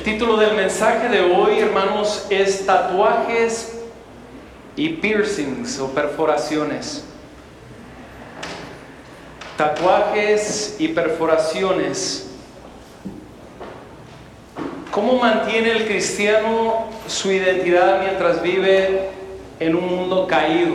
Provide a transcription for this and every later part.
título del mensaje de hoy, hermanos, es tatuajes y piercings o perforaciones. Tatuajes y perforaciones. ¿Cómo mantiene el cristiano su identidad mientras vive en un mundo caído?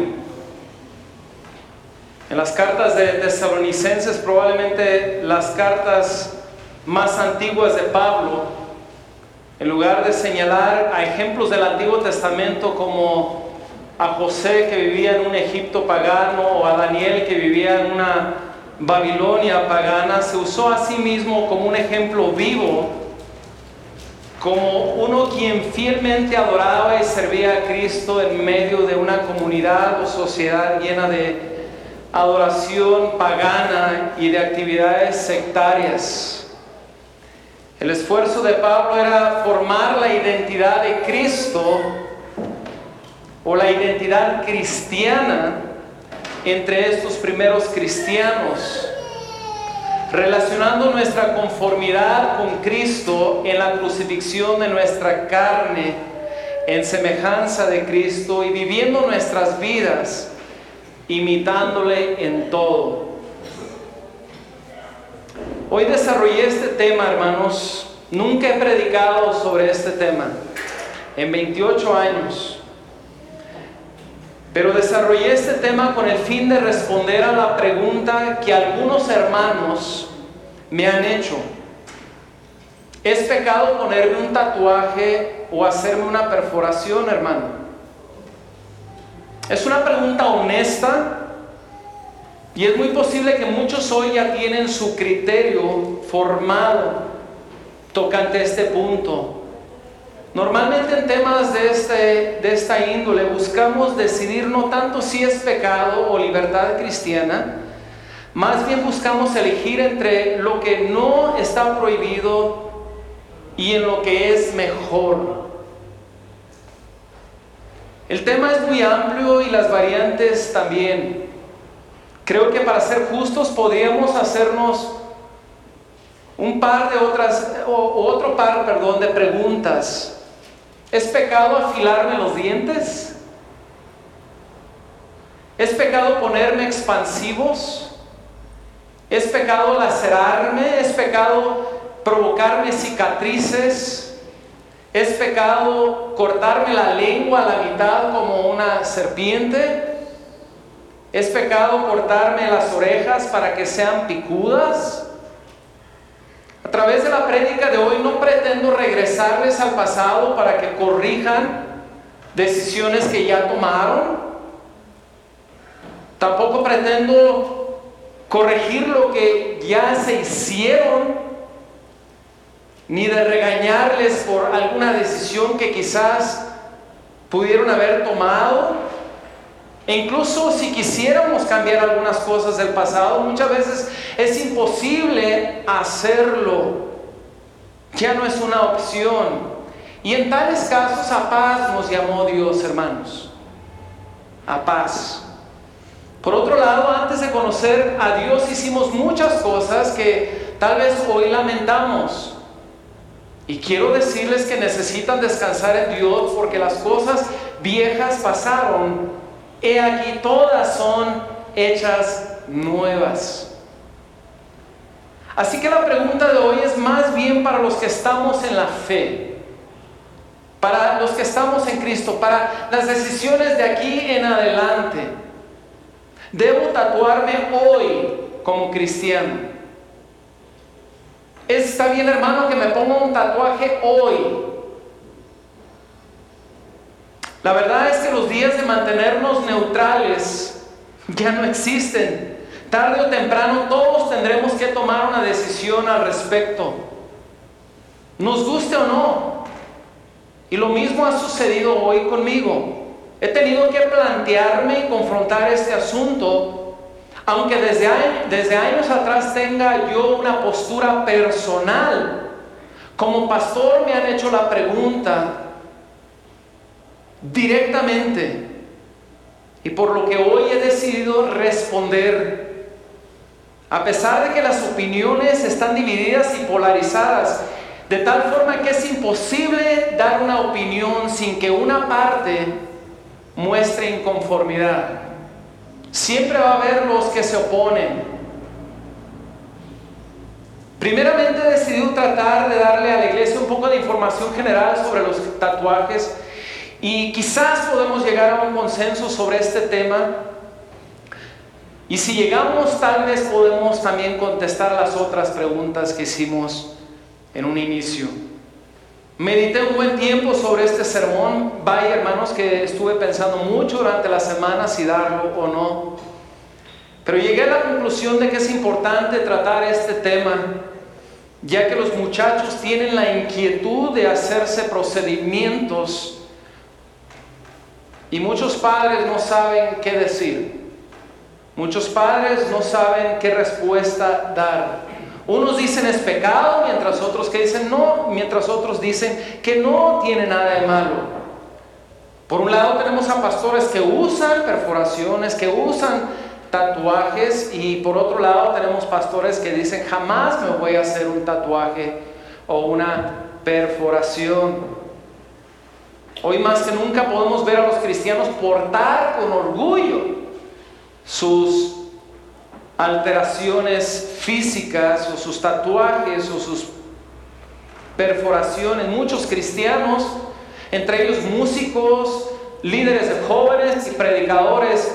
En las cartas de Tesalonicenses, probablemente las cartas más antiguas de Pablo, en lugar de señalar a ejemplos del Antiguo Testamento como a José que vivía en un Egipto pagano o a Daniel que vivía en una Babilonia pagana, se usó a sí mismo como un ejemplo vivo, como uno quien fielmente adoraba y servía a Cristo en medio de una comunidad o sociedad llena de adoración pagana y de actividades sectarias. El esfuerzo de Pablo era formar la identidad de Cristo o la identidad cristiana entre estos primeros cristianos, relacionando nuestra conformidad con Cristo en la crucifixión de nuestra carne en semejanza de Cristo y viviendo nuestras vidas imitándole en todo. Hoy desarrollé este tema, hermanos. Nunca he predicado sobre este tema en 28 años. Pero desarrollé este tema con el fin de responder a la pregunta que algunos hermanos me han hecho. ¿Es pecado ponerme un tatuaje o hacerme una perforación, hermano? Es una pregunta honesta. Y es muy posible que muchos hoy ya tienen su criterio formado tocante este punto. Normalmente en temas de esta índole buscamos decidir no tanto si es pecado o libertad cristiana, más bien buscamos elegir entre lo que no está prohibido y en lo que es mejor. El tema es muy amplio y las variantes también. Creo que para ser justos podríamos hacernos otro par de preguntas. ¿Es pecado afilarme los dientes? ¿Es pecado ponerme expansivos? ¿Es pecado lacerarme? ¿Es pecado provocarme cicatrices? ¿Es pecado cortarme la lengua a la mitad como una serpiente? ¿Es pecado cortarme las orejas para que sean picudas? A través de la prédica de hoy no pretendo regresarles al pasado para que corrijan decisiones que ya tomaron. Tampoco pretendo corregir lo que ya se hicieron, ni de regañarles por alguna decisión que quizás pudieron haber tomado. E incluso si quisiéramos cambiar algunas cosas del pasado, muchas veces es imposible hacerlo. Ya no es una opción. Y en tales casos a paz nos llamó Dios, hermanos. A paz. Por otro lado, antes de conocer a Dios hicimos muchas cosas que tal vez hoy lamentamos. Y quiero decirles que necesitan descansar en Dios porque las cosas viejas pasaron. He aquí todas son hechas nuevas. Así que la pregunta de hoy es más bien para los que estamos en la fe, para los que estamos en Cristo, para las decisiones de aquí en adelante. ¿Debo tatuarme hoy como cristiano? ¿Está bien, hermano, que me ponga un tatuaje hoy? La verdad es que los días de mantenernos neutrales ya no existen. Tarde o temprano todos tendremos que tomar una decisión al respecto, nos guste o no. Y lo mismo ha sucedido hoy conmigo. He tenido que plantearme y confrontar este asunto, aunque desde años atrás tenga yo una postura personal. Como pastor me han hecho la pregunta directamente, y por lo que hoy he decidido responder, a pesar de que las opiniones están divididas y polarizadas, de tal forma que es imposible dar una opinión sin que una parte muestre inconformidad. Siempre va a haber los que se oponen. Primeramente he decidido tratar de darle a la iglesia un poco de información general sobre los tatuajes y quizás podemos llegar a un consenso sobre este tema. Y si llegamos, tal vez podemos también contestar las otras preguntas que hicimos en un inicio. Medité un buen tiempo sobre este sermón. Vaya, hermanos, que estuve pensando mucho durante la semana si darlo o no. Pero llegué a la conclusión de que es importante tratar este tema, ya que los muchachos tienen la inquietud de hacerse procedimientos y muchos padres no saben qué decir. Muchos padres no saben qué respuesta dar. Unos dicen es pecado, mientras otros que dicen no, mientras otros dicen que no tiene nada de malo. Por un lado tenemos a pastores que usan perforaciones, que usan tatuajes, y por otro lado tenemos pastores que dicen jamás me voy a hacer un tatuaje o una perforación. Hoy más que nunca podemos ver a los cristianos portar con orgullo sus alteraciones físicas o sus tatuajes o sus perforaciones. Muchos cristianos, entre ellos músicos, líderes de jóvenes y predicadores,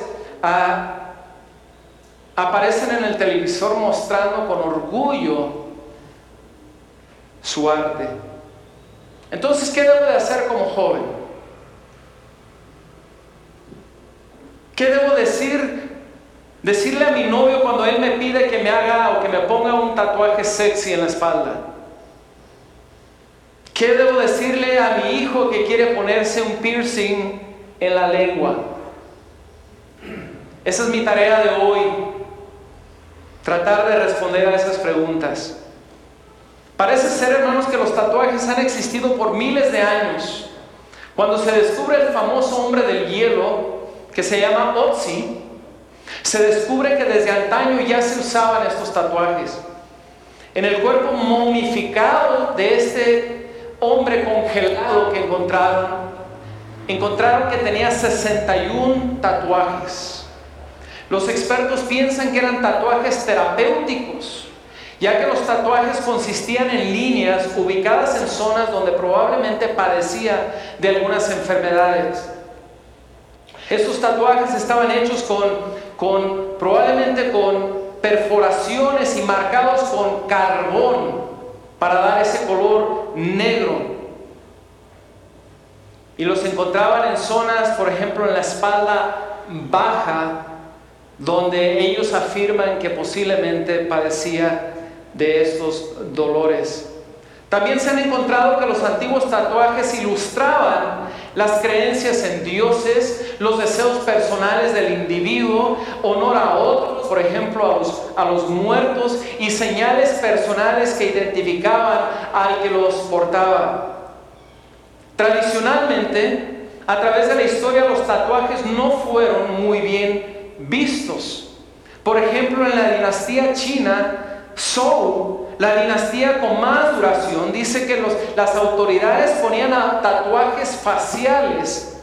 aparecen en el televisor mostrando con orgullo su arte. Entonces, ¿qué debo de hacer como joven? ¿Qué debo decirle a mi novio cuando él me pide que me haga o que me ponga un tatuaje sexy en la espalda? ¿Qué debo decirle a mi hijo que quiere ponerse un piercing en la lengua? Esa es mi tarea de hoy, tratar de responder a esas preguntas. Parece ser, hermanos, que los tatuajes han existido por miles de años. Cuando se descubre el famoso hombre del hielo, que se llama Otzi, se descubre que desde antaño ya se usaban estos tatuajes. En el cuerpo momificado de este hombre congelado que encontraron que tenía 61 tatuajes. Los expertos piensan que eran tatuajes terapéuticos, ya que los tatuajes consistían en líneas ubicadas en zonas donde probablemente padecía de algunas enfermedades. Estos tatuajes estaban hechos probablemente con perforaciones y marcados con carbón para dar ese color negro. Y los encontraban en zonas, por ejemplo, en la espalda baja, donde ellos afirman que posiblemente padecía de estos dolores. También se han encontrado que los antiguos tatuajes ilustraban las creencias en dioses, los deseos personales del individuo, honor a otros, por ejemplo a los muertos, y señales personales que identificaban al que los portaba. Tradicionalmente, a través de la historia, los tatuajes no fueron muy bien vistos. Por ejemplo, en la dinastía china, Zhou, la dinastía con más duración, dice que las autoridades ponían tatuajes faciales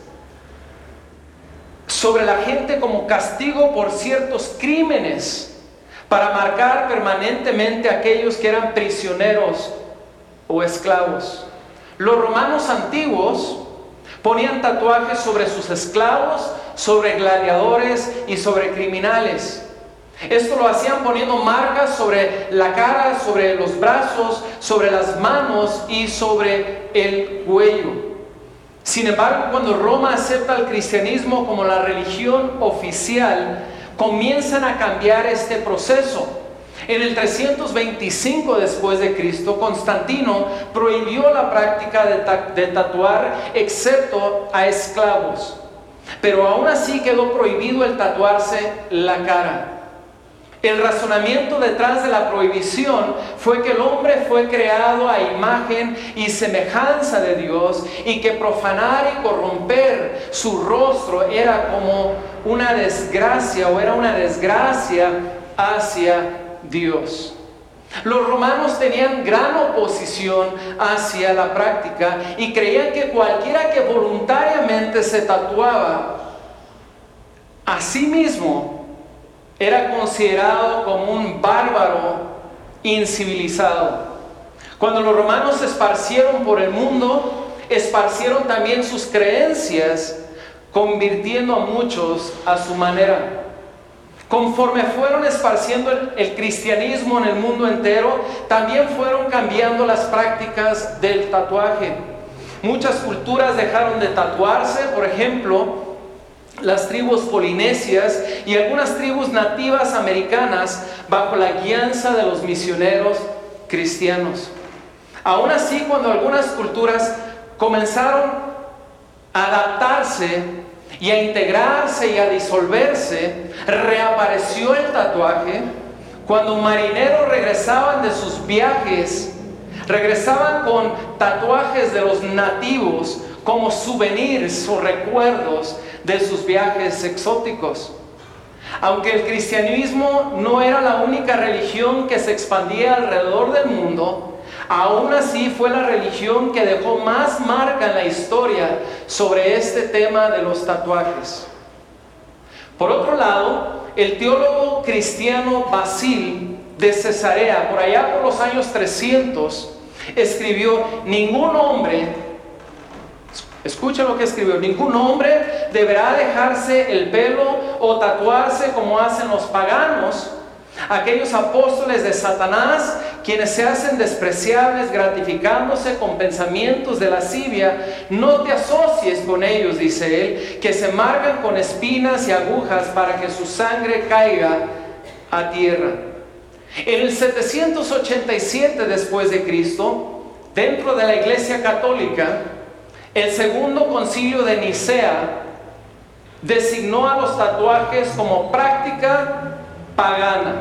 sobre la gente como castigo por ciertos crímenes, para marcar permanentemente a aquellos que eran prisioneros o esclavos. Los romanos antiguos ponían tatuajes sobre sus esclavos, sobre gladiadores y sobre criminales. Esto lo hacían poniendo marcas sobre la cara, sobre los brazos, sobre las manos y sobre el cuello. Sin embargo, cuando Roma acepta el cristianismo como la religión oficial, comienzan a cambiar este proceso. En el 325 después de Cristo, Constantino prohibió la práctica de tatuar excepto a esclavos. Pero aún así quedó prohibido el tatuarse la cara. El razonamiento detrás de la prohibición fue que el hombre fue creado a imagen y semejanza de Dios, y que profanar y corromper su rostro era como una desgracia, o era una desgracia hacia Dios. Los romanos tenían gran oposición hacia la práctica y creían que cualquiera que voluntariamente se tatuaba a sí mismo era considerado como un bárbaro incivilizado. Cuando los romanos se esparcieron por el mundo, esparcieron también sus creencias, convirtiendo a muchos a su manera. Conforme fueron esparciendo el cristianismo en el mundo entero, también fueron cambiando las prácticas del tatuaje. Muchas culturas dejaron de tatuarse, por ejemplo, las tribus polinesias y algunas tribus nativas americanas bajo la guianza de los misioneros cristianos. Aún así, cuando algunas culturas comenzaron a adaptarse y a integrarse y a disolverse, reapareció el tatuaje. Cuando marineros regresaban de sus viajes, regresaban con tatuajes de los nativos como souvenirs o recuerdos de sus viajes exóticos. Aunque el cristianismo no era la única religión que se expandía alrededor del mundo, aún así fue la religión que dejó más marca en la historia sobre este tema de los tatuajes. Por otro lado, el teólogo cristiano Basil de Cesarea, por allá por los años 300, escribió: ningún hombre, escucha lo que escribió, ningún hombre deberá dejarse el pelo o tatuarse como hacen los paganos, aquellos apóstoles de Satanás, quienes se hacen despreciables gratificándose con pensamientos de lascivia. No te asocies con ellos, dice él, que se marcan con espinas y agujas para que su sangre caiga a tierra. En el 787 después de Cristo, dentro de la Iglesia Católica, el segundo concilio de Nicea designó a los tatuajes como práctica pagana.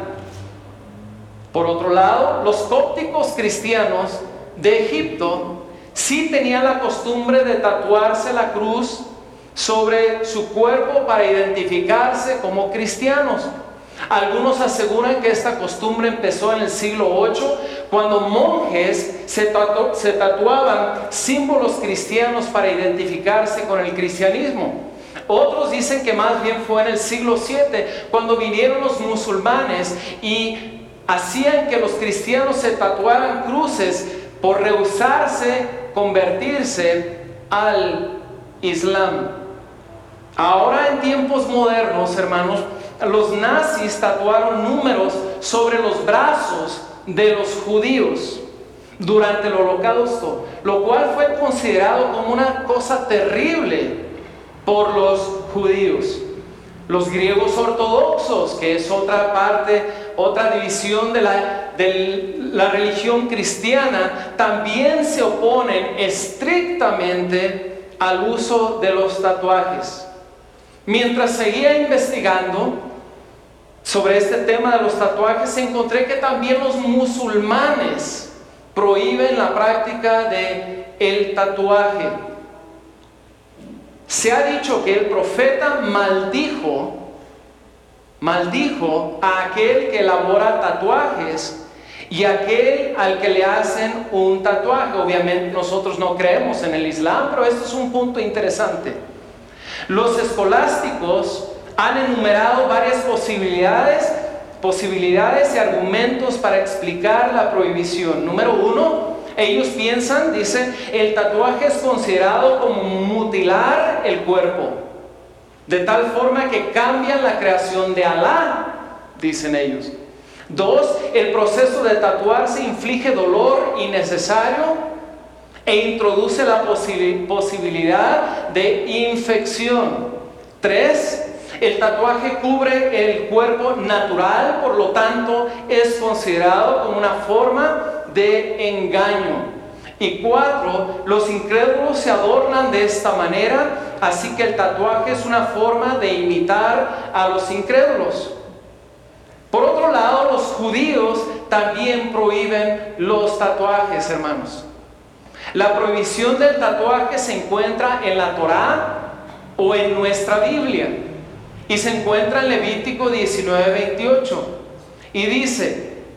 Por otro lado, los cópticos cristianos de Egipto sí tenían la costumbre de tatuarse la cruz sobre su cuerpo para identificarse como cristianos. Algunos aseguran que esta costumbre empezó en el siglo VIII, cuando monjes se tatuaban símbolos cristianos para identificarse con el cristianismo. Otros dicen que más bien fue en el siglo VII, cuando vinieron los musulmanes y hacían que los cristianos se tatuaran cruces por rehusarse convertirse al Islam. Ahora, en tiempos modernos, hermanos, los nazis tatuaron números sobre los brazos de los judíos durante el Holocausto, lo cual fue considerado como una cosa terrible por los judíos. Los griegos ortodoxos, que es otra parte, otra división de la religión cristiana, también se oponen estrictamente al uso de los tatuajes. Mientras seguía investigando sobre este tema de los tatuajes, encontré que también los musulmanes prohíben la práctica del tatuaje. Se ha dicho que el profeta maldijo a aquel que elabora tatuajes y a aquel al que le hacen un tatuaje. Obviamente nosotros no creemos en el Islam, pero esto es un punto interesante. Los escolásticos han enumerado varias posibilidades y argumentos para explicar la prohibición. Número uno, ellos piensan, dicen, el tatuaje es considerado como mutilar el cuerpo, de tal forma que cambian la creación de Alá, dicen ellos. Dos, el proceso de tatuarse inflige dolor innecesario e introduce la posibilidad de infección. Tres, el tatuaje cubre el cuerpo natural, por lo tanto es considerado como una forma de engaño. Y cuatro, los incrédulos se adornan de esta manera, así que el tatuaje es una forma de imitar a los incrédulos. Por otro lado, los judíos también prohíben los tatuajes, hermanos. La prohibición del tatuaje se encuentra en la Torá o en nuestra Biblia, y se encuentra en Levítico 19:28, y dice: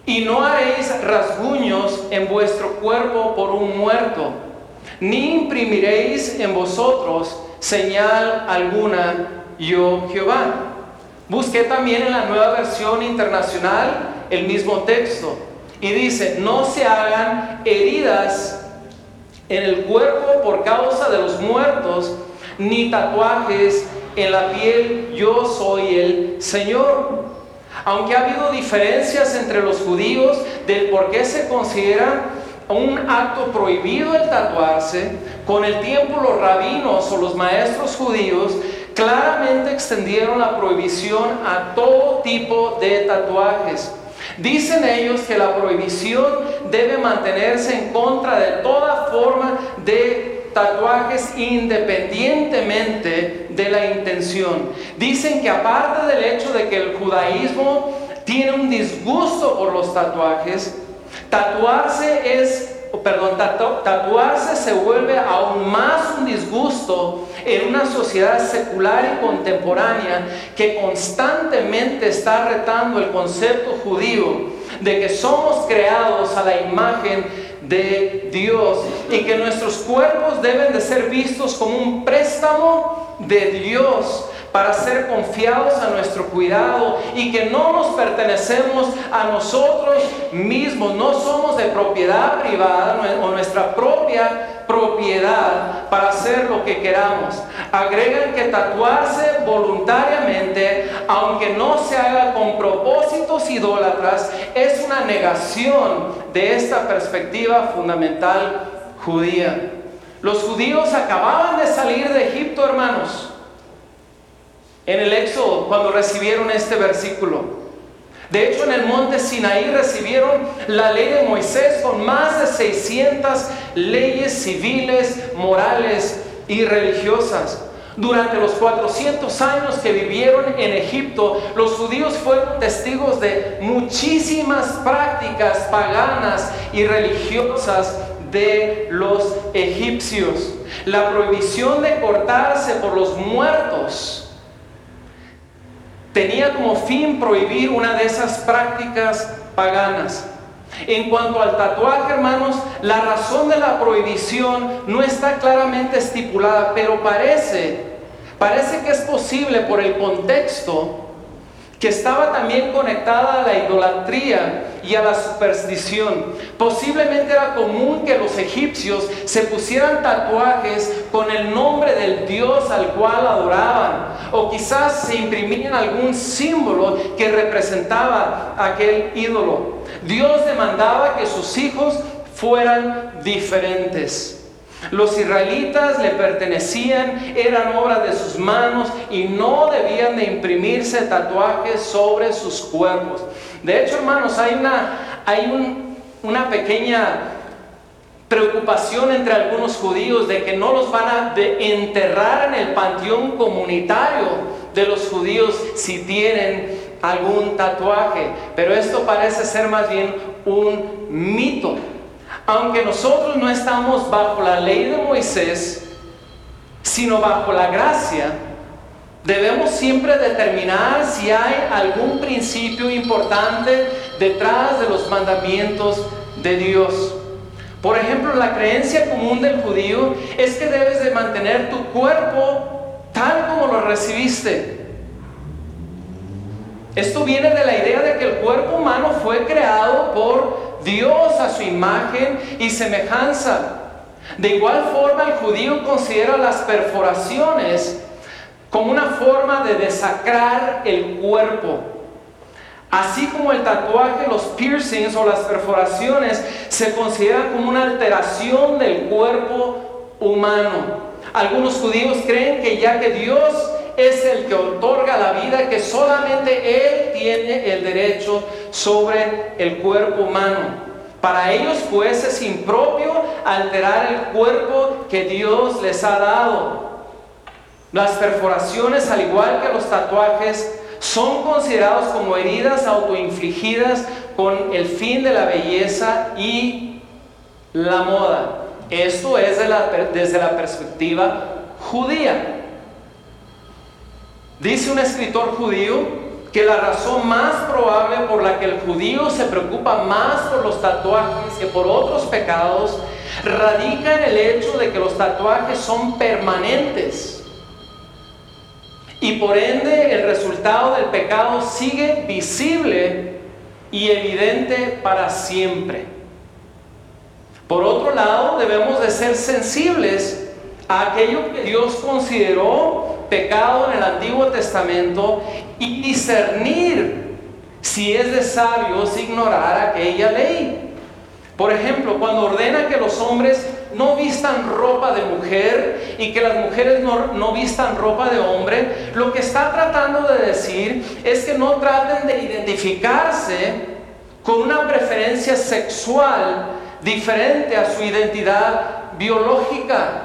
Y no haréis rasguños en vuestro cuerpo por un muerto, ni imprimiréis en vosotros señal alguna, yo Jehová. Busqué también en la Nueva Versión Internacional el mismo texto, y dice: no se hagan heridas en el cuerpo por causa de los muertos, ni tatuajes en la piel, yo soy el Señor. Aunque ha habido diferencias entre los judíos del por qué se considera un acto prohibido el tatuarse, con el tiempo los rabinos o los maestros judíos claramente extendieron la prohibición a todo tipo de tatuajes. Dicen ellos que la prohibición debe mantenerse en contra de toda forma de tatuajes independientemente de la intención. Dicen que aparte del hecho de que el judaísmo tiene un disgusto por los tatuajes, tatuarse se vuelve aún más un disgusto en una sociedad secular y contemporánea que constantemente está retando el concepto judío de que somos creados a la imagen de Dios y que nuestros cuerpos deben de ser vistos como un préstamo de Dios para ser confiados a nuestro cuidado, y que no nos pertenecemos a nosotros mismos, no somos de propiedad privada o nuestra propia propiedad para hacer lo que queramos. Agregan que tatuarse voluntariamente, aunque no se haga con propósitos idólatras, es una negación de esta perspectiva fundamental judía. Los judíos acababan de salir de Egipto, hermanos, en el Éxodo, cuando recibieron este versículo. De hecho, en el monte Sinaí recibieron la ley de Moisés con más de 600 leyes civiles, morales y religiosas. Durante los 400 años que vivieron en Egipto, los judíos fueron testigos de muchísimas prácticas paganas y religiosas de los egipcios. La prohibición de cortarse por los muertos tenía como fin prohibir una de esas prácticas paganas. En cuanto al tatuaje, hermanos, la razón de la prohibición no está claramente estipulada, pero parece que es posible por el contexto, que estaba también conectada a la idolatría y a la superstición. Posiblemente era común que los egipcios se pusieran tatuajes con el nombre del dios al cual adoraban, o quizás se imprimían algún símbolo que representaba aquel ídolo. Dios demandaba que sus hijos fueran diferentes. Los israelitas le pertenecían, eran obra de sus manos y no debían de imprimirse tatuajes sobre sus cuerpos. De hecho, hermanos, hay una pequeña preocupación entre algunos judíos de que no los van a enterrar en el panteón comunitario de los judíos si tienen algún tatuaje. Pero esto parece ser más bien un mito. Aunque nosotros no estamos bajo la ley de Moisés, sino bajo la gracia, debemos siempre determinar si hay algún principio importante detrás de los mandamientos de Dios. Por ejemplo, la creencia común del judío es que debes de mantener tu cuerpo tal como lo recibiste. Esto viene de la idea de que el cuerpo humano fue creado por Dios a su imagen y semejanza. De igual forma, el judío considera las perforaciones como una forma de desacrar el cuerpo. Así como el tatuaje, los piercings o las perforaciones se consideran como una alteración del cuerpo humano. Algunos judíos creen que ya que Dios es el que otorga la vida, que solamente Él tiene el derecho sobre el cuerpo humano. Para ellos, pues, es impropio alterar el cuerpo que Dios les ha dado. Las perforaciones, al igual que los tatuajes, son considerados como heridas autoinfligidas con el fin de la belleza y la moda. Esto es desde la perspectiva judía. Dice un escritor judío que la razón más probable por la que el judío se preocupa más por los tatuajes que por otros pecados radica en el hecho de que los tatuajes son permanentes y por ende el resultado del pecado sigue visible y evidente para siempre. Por otro lado, debemos de ser sensibles a aquello que Dios consideró pecado en el Antiguo Testamento y discernir si es de sabios ignorar aquella ley. Por ejemplo, cuando ordena que los hombres no vistan ropa de mujer y que las mujeres no vistan ropa de hombre, lo que está tratando de decir es que no traten de identificarse con una preferencia sexual diferente a su identidad biológica.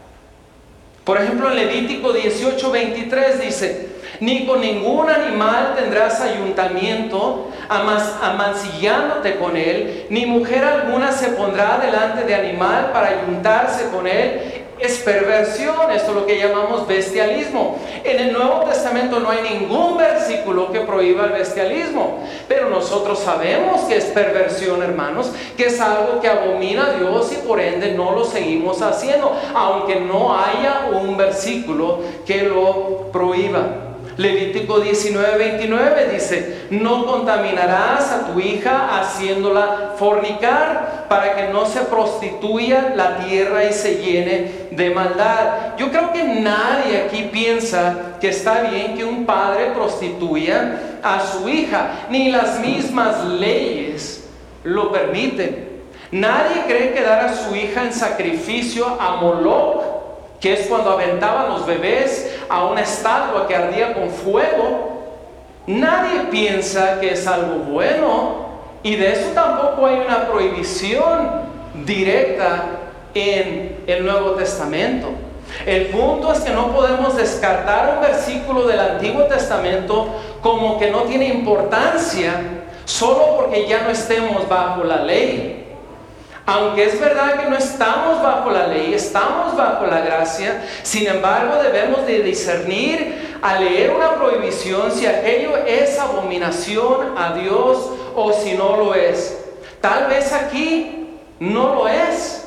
Por ejemplo, en Levítico 18:23 dice: ni con ningún animal tendrás ayuntamiento, amancillándote con él, ni mujer alguna se pondrá delante de animal para ayuntarse con él. Es perversión, esto es lo que llamamos bestialismo. En el Nuevo Testamento no hay ningún versículo que prohíba el bestialismo, pero nosotros sabemos que es perversión, hermanos, que es algo que abomina a Dios y por ende no lo seguimos haciendo, aunque no haya un versículo que lo prohíba. Levítico 19:29 dice: no contaminarás a tu hija haciéndola fornicar, para que no se prostituya la tierra y se llene de maldad. Yo creo que nadie aquí piensa que está bien que un padre prostituya a su hija, ni las mismas leyes lo permiten. Nadie cree que dar a su hija en sacrificio a Moloch, que es cuando aventaban los bebés a una estatua que ardía con fuego. Nadie piensa que es algo bueno, y de eso tampoco hay una prohibición directa en el Nuevo Testamento. El punto es que no podemos descartar un versículo del Antiguo Testamento como que no tiene importancia solo porque ya no estemos bajo la ley. Aunque es verdad que no estamos bajo la ley, estamos bajo la gracia, sin embargo debemos de discernir al leer una prohibición si aquello es abominación a Dios o si no lo es. Tal vez aquí no lo es.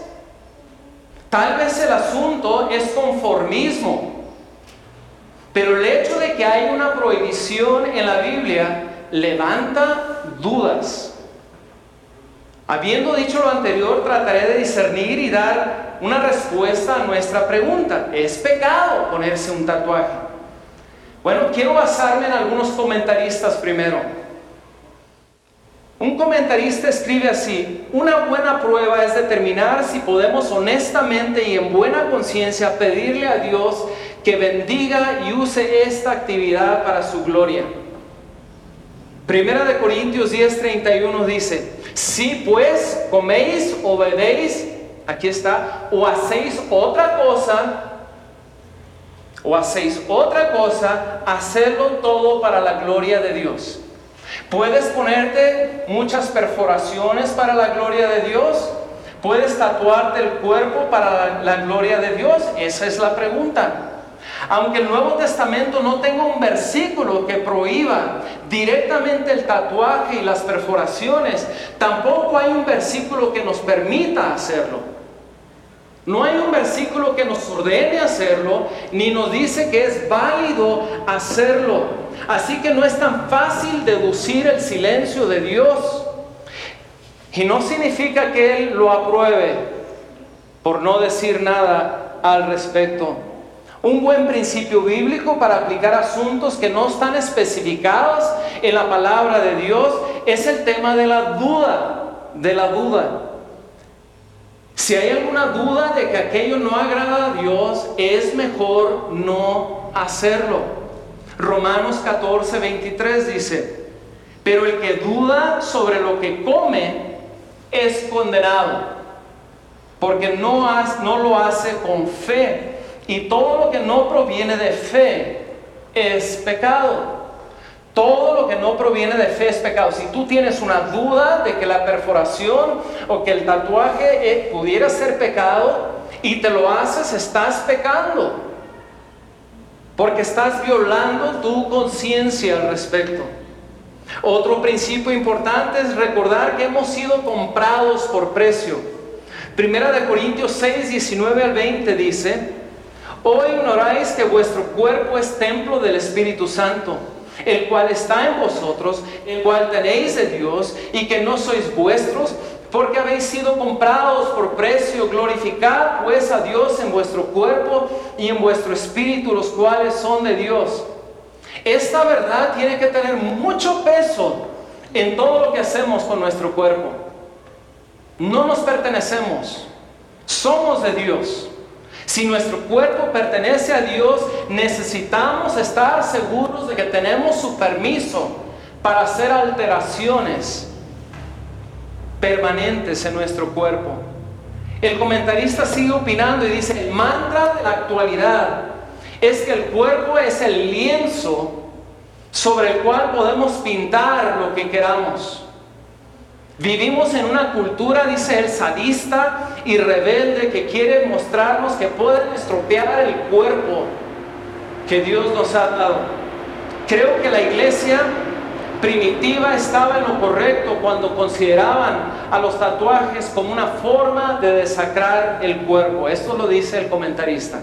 Tal vez el asunto es conformismo. Pero el hecho de que hay una prohibición en la Biblia levanta dudas. Habiendo dicho lo anterior, trataré de discernir y dar una respuesta a nuestra pregunta: ¿es pecado ponerse un tatuaje? Bueno, quiero basarme en algunos comentaristas primero. Un comentarista escribe así: una buena prueba es determinar si podemos honestamente y en buena conciencia pedirle a Dios que bendiga y use esta actividad para su gloria. Primera de Corintios 10:31 dice: si pues coméis o bebéis, aquí está, o hacéis otra cosa, hacedlo todo para la gloria de Dios. ¿Puedes ponerte muchas perforaciones para la gloria de Dios? ¿Puedes tatuarte el cuerpo para la gloria de Dios? Esa es la pregunta. Aunque el Nuevo Testamento no tenga un versículo que prohíba directamente el tatuaje y las perforaciones, tampoco hay un versículo que nos permita hacerlo. No hay un versículo que nos ordene hacerlo, ni nos dice que es válido hacerlo. Así que no es tan fácil deducir el silencio de Dios. Y no significa que Él lo apruebe por no decir nada al respecto. Un buen principio bíblico para aplicar asuntos que no están especificados en la palabra de Dios es el tema de la duda. Si hay alguna duda de que aquello no agrada a Dios, es mejor no hacerlo. Romanos 14:23 dice: pero el que duda sobre lo que come es condenado, porque no lo hace con fe. Y todo lo que no proviene de fe es pecado. Todo lo que no proviene de fe es pecado. Si tú tienes una duda de que la perforación o que el tatuaje pudiera ser pecado y te lo haces, estás pecando. porque estás violando tu conciencia al respecto. Otro principio importante es recordar que hemos sido comprados por precio. Primera de Corintios 6, 19 al 20 dice: ¿O ignoráis que vuestro cuerpo es templo del Espíritu Santo, el cual está en vosotros, el cual tenéis de Dios, y que no sois vuestros, porque habéis sido comprados por precio? Glorificad pues a Dios en vuestro cuerpo y en vuestro espíritu, los cuales son de Dios. Esta verdad tiene que tener mucho peso en todo lo que hacemos con nuestro cuerpo. No nos pertenecemos, somos de Dios. Si nuestro cuerpo pertenece a Dios, necesitamos estar seguros de que tenemos su permiso para hacer alteraciones permanentes en nuestro cuerpo. El comentarista sigue opinando y dice: el mantra de la actualidad es que el cuerpo es el lienzo sobre el cual podemos pintar lo que queramos. Vivimos en una cultura, dice él, sadista y rebelde, que quiere mostrarnos que pueden estropear el cuerpo que Dios nos ha dado. Creo que la iglesia primitiva estaba en lo correcto cuando consideraban a los tatuajes como una forma de desacrar el cuerpo. Esto lo dice el comentarista.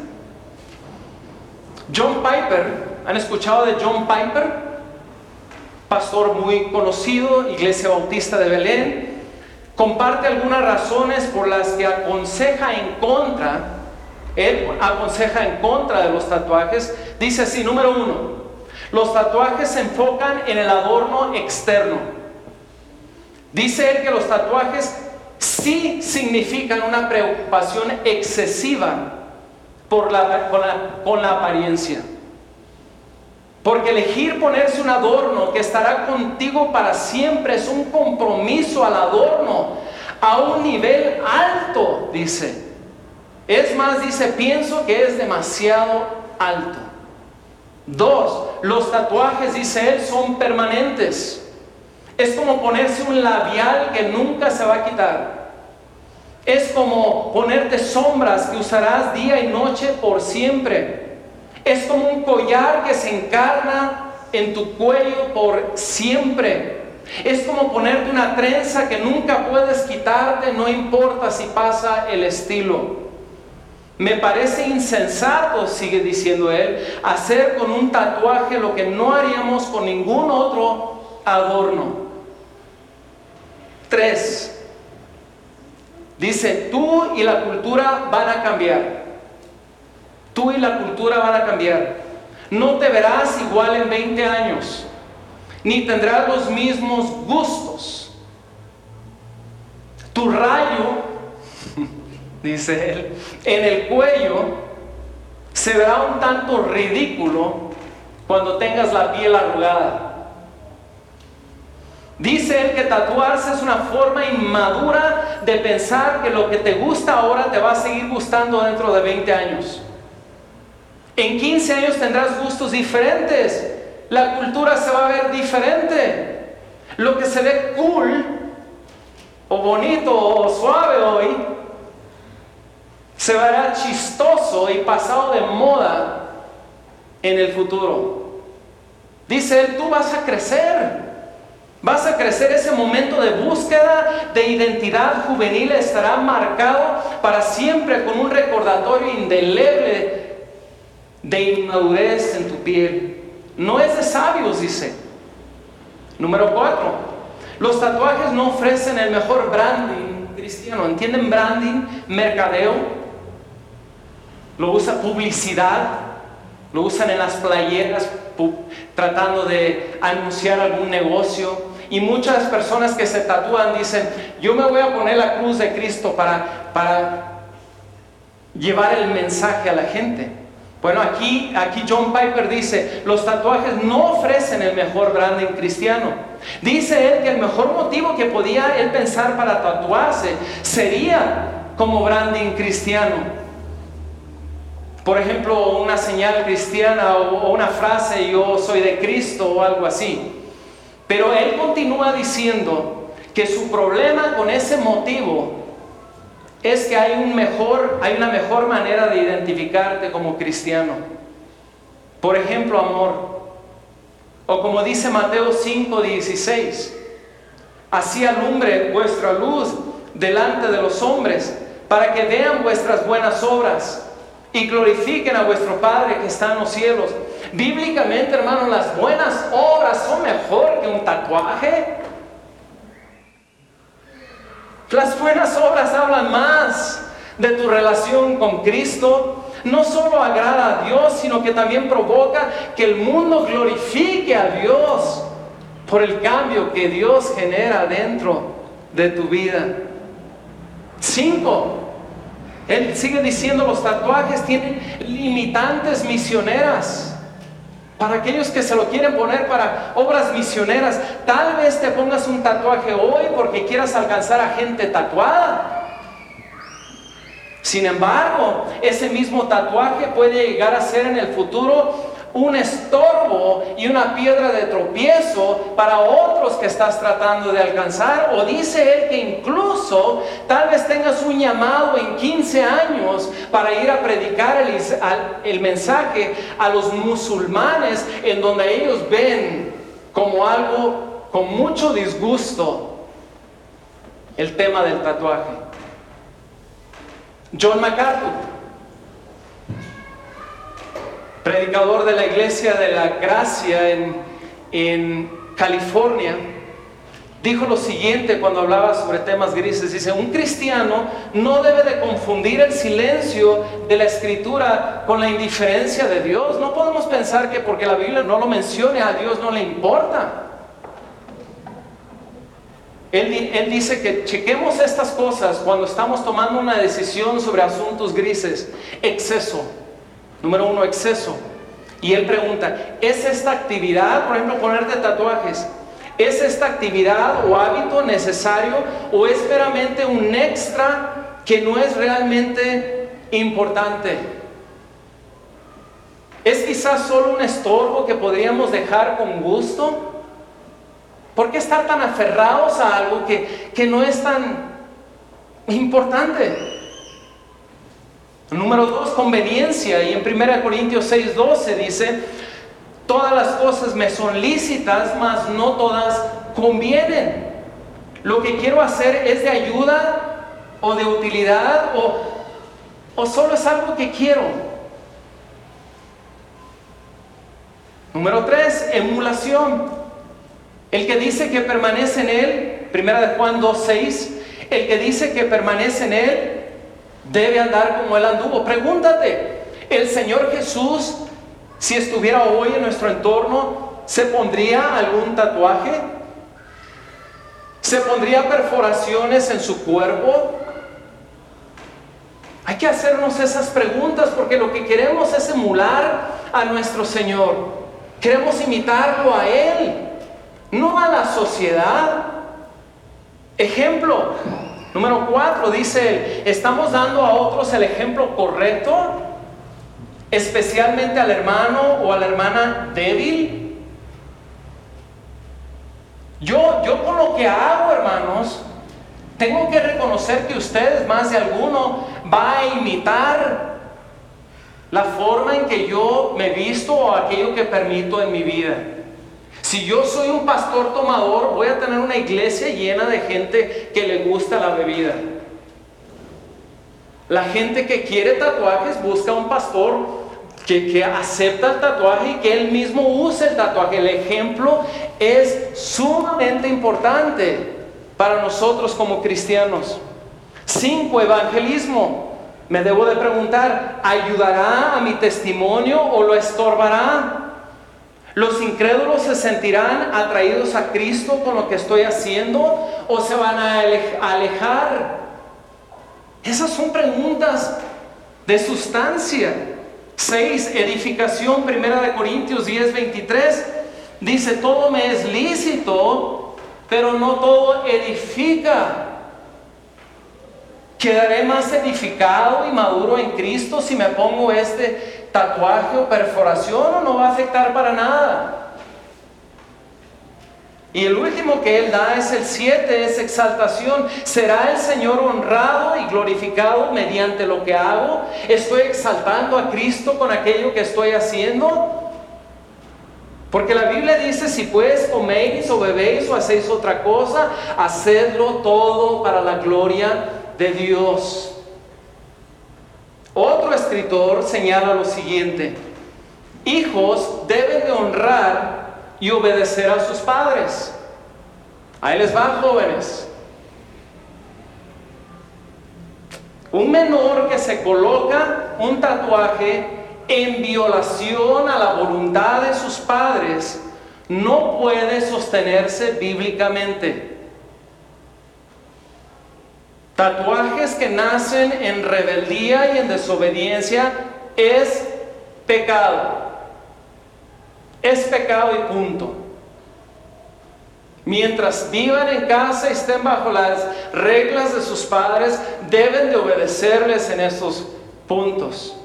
John Piper, ¿han escuchado de John Piper? Pastor muy conocido, Iglesia Bautista de Belén. Comparte algunas razones por las que aconseja en contra. Él aconseja en contra de los tatuajes. Dice así: número 1, los tatuajes se enfocan en el adorno externo. Dice él que los tatuajes sí significan una preocupación excesiva con la apariencia. Porque elegir ponerse un adorno que estará contigo para siempre es un compromiso al adorno a un nivel alto, dice. Es más, dice, pienso que es demasiado alto. 2, los tatuajes, dice él, son permanentes. Es como ponerse un labial que nunca se va a quitar. Es como ponerte sombras que usarás día y noche por siempre. Es como un collar que se encarna en tu cuello por siempre. Es como ponerte una trenza que nunca puedes quitarte, no importa si pasa el estilo. Me parece insensato, sigue diciendo él, hacer con un tatuaje lo que no haríamos con ningún otro adorno. 3, dice: tú y la cultura van a cambiar. Tú y la cultura van a cambiar. No te verás igual en 20 años, ni tendrás los mismos gustos. Tu rayo, dice él, en el cuello se verá un tanto ridículo cuando tengas la piel arrugada. Dice él que tatuarse es una forma inmadura de pensar que lo que te gusta ahora te va a seguir gustando dentro de 20 años. En 15 años tendrás gustos diferentes. La cultura se va a ver diferente. Lo que se ve cool o bonito o suave hoy se verá chistoso y pasado de moda en el futuro. Dice él: tú vas a crecer. Vas a crecer. Ese momento de búsqueda de identidad juvenil estará marcado para siempre con un recordatorio indeleble de inmadurez en tu piel. No es de sabios, dice. Número 4, los tatuajes no ofrecen el mejor branding cristiano. ¿Entienden branding? Mercadeo. Lo usa publicidad. Lo usan en las playeras tratando de anunciar algún negocio. Y muchas personas que se tatúan dicen: yo me voy a poner la cruz de Cristo para llevar el mensaje a la gente. Bueno, aquí John Piper dice: los tatuajes no ofrecen el mejor branding cristiano. Dice él que el mejor motivo que podía él pensar para tatuarse sería como branding cristiano. Por ejemplo, una señal cristiana o una frase: yo soy de Cristo, o algo así. Pero él continúa diciendo que su problema con ese motivo es que hay una mejor manera de identificarte como cristiano. Por dentro amor. O como dice Mateo 5:16, así alumbre vuestra luz delante de los hombres, para que vean vuestras buenas obras y glorifiquen a vuestro Padre que está en los cielos. Bíblicamente, hermanos, las buenas obras son mejor que un tatuaje. Las buenas obras hablan más de tu relación con Cristo. No solo agrada a Dios, sino que también provoca que el mundo glorifique a Dios por el cambio que Dios genera dentro de tu vida. 5. Él sigue diciendo, los tatuajes tienen limitantes misioneras. Para aquellos que se lo quieren poner para obras misioneras, tal vez te pongas un tatuaje hoy porque quieras alcanzar a gente tatuada. Sin embargo, ese mismo tatuaje puede llegar a ser en el futuro un estorbo y una piedra de tropiezo para otros que estás tratando de alcanzar. O dice él que incluso tal vez tengas un llamado en 15 años para ir a predicar el mensaje a los musulmanes, en donde ellos ven como algo con mucho disgusto el tema del tatuaje. John MacArthur, predicador de la Iglesia de la Gracia en California, dijo lo siguiente cuando hablaba sobre temas grises. Dice, un cristiano no debe de confundir el silencio de la Escritura con la indiferencia de Dios. No podemos pensar que porque la Biblia no lo mencione, a Dios no le importa. Él dice que chequemos estas cosas cuando estamos tomando una decisión sobre asuntos grises. Exceso. Número 1, exceso. Y él pregunta, ¿es esta actividad, por ejemplo, ponerte tatuajes, es esta actividad o hábito necesario o es meramente un extra que no es realmente importante? ¿Es quizás solo un estorbo que podríamos dejar con gusto? ¿Por qué estar tan aferrados a algo que no es tan importante? Número 2, conveniencia. Y en 1 Corintios 6:12 dice, todas las cosas me son lícitas, mas no todas convienen. Lo que quiero hacer es de ayuda o de utilidad o solo es algo que quiero. Número 3, emulación. El que dice que permanece en él, 1 Juan 2:6, el que dice que permanece en él debe andar como él anduvo. Pregúntate, ¿el Señor Jesús, si estuviera hoy en nuestro entorno, se pondría algún tatuaje? ¿Se pondría perforaciones en su cuerpo? Hay que hacernos esas preguntas porque lo que queremos es emular a nuestro Señor. Queremos imitarlo a Él, no a la sociedad. Ejemplo, número 4, dice él, ¿estamos dando a otros el ejemplo correcto? Especialmente al hermano o a la hermana débil. Yo con lo que hago, hermanos, tengo que reconocer que ustedes, más de alguno, va a imitar la forma en que yo me visto o aquello que permito en mi vida. Si yo soy un pastor tomador, voy a tener una iglesia llena de gente que le gusta la bebida. La gente que quiere tatuajes busca un pastor que acepta el tatuaje y que él mismo use el tatuaje. El ejemplo es sumamente importante para nosotros como cristianos. 5, evangelismo. Me debo de preguntar, ¿ayudará a mi testimonio o lo estorbará? ¿Los incrédulos se sentirán atraídos a Cristo con lo que estoy haciendo o se van a alejar? Esas son preguntas de sustancia. 6, edificación. 1 Corintios 10:23 dice, todo me es lícito, pero no todo edifica. ¿Quedaré más edificado y maduro en Cristo si me pongo este tatuaje o perforación o no va a afectar para nada? Y el último que él da es el 7, es exaltación. ¿Será el Señor honrado y glorificado mediante lo que hago? ¿Estoy exaltando a Cristo con aquello que estoy haciendo? Porque la Biblia dice, si pues coméis o bebéis o hacéis otra cosa, hacedlo todo para la gloria de Dios. Otro escritor señala lo siguiente: hijos deben de honrar y obedecer a sus padres. Ahí les va, jóvenes. Un menor que se coloca un tatuaje en violación a la voluntad de sus padres no puede sostenerse bíblicamente. Tatuajes que nacen en rebeldía y en desobediencia es pecado. Es pecado y punto. Mientras vivan en casa y estén bajo las reglas de sus padres, deben de obedecerles en estos puntos.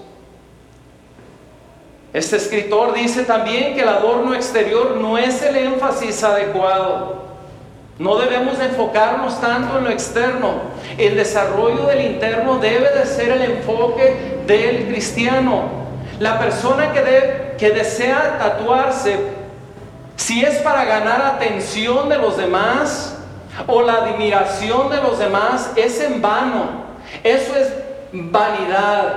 Este escritor dice también que el adorno exterior no es el énfasis adecuado. No debemos de enfocarnos tanto en lo externo. El desarrollo del interno debe de ser el enfoque del cristiano. La persona que desea tatuarse, si es para ganar atención de los demás o la admiración de los demás, es en vano. Eso es vanidad.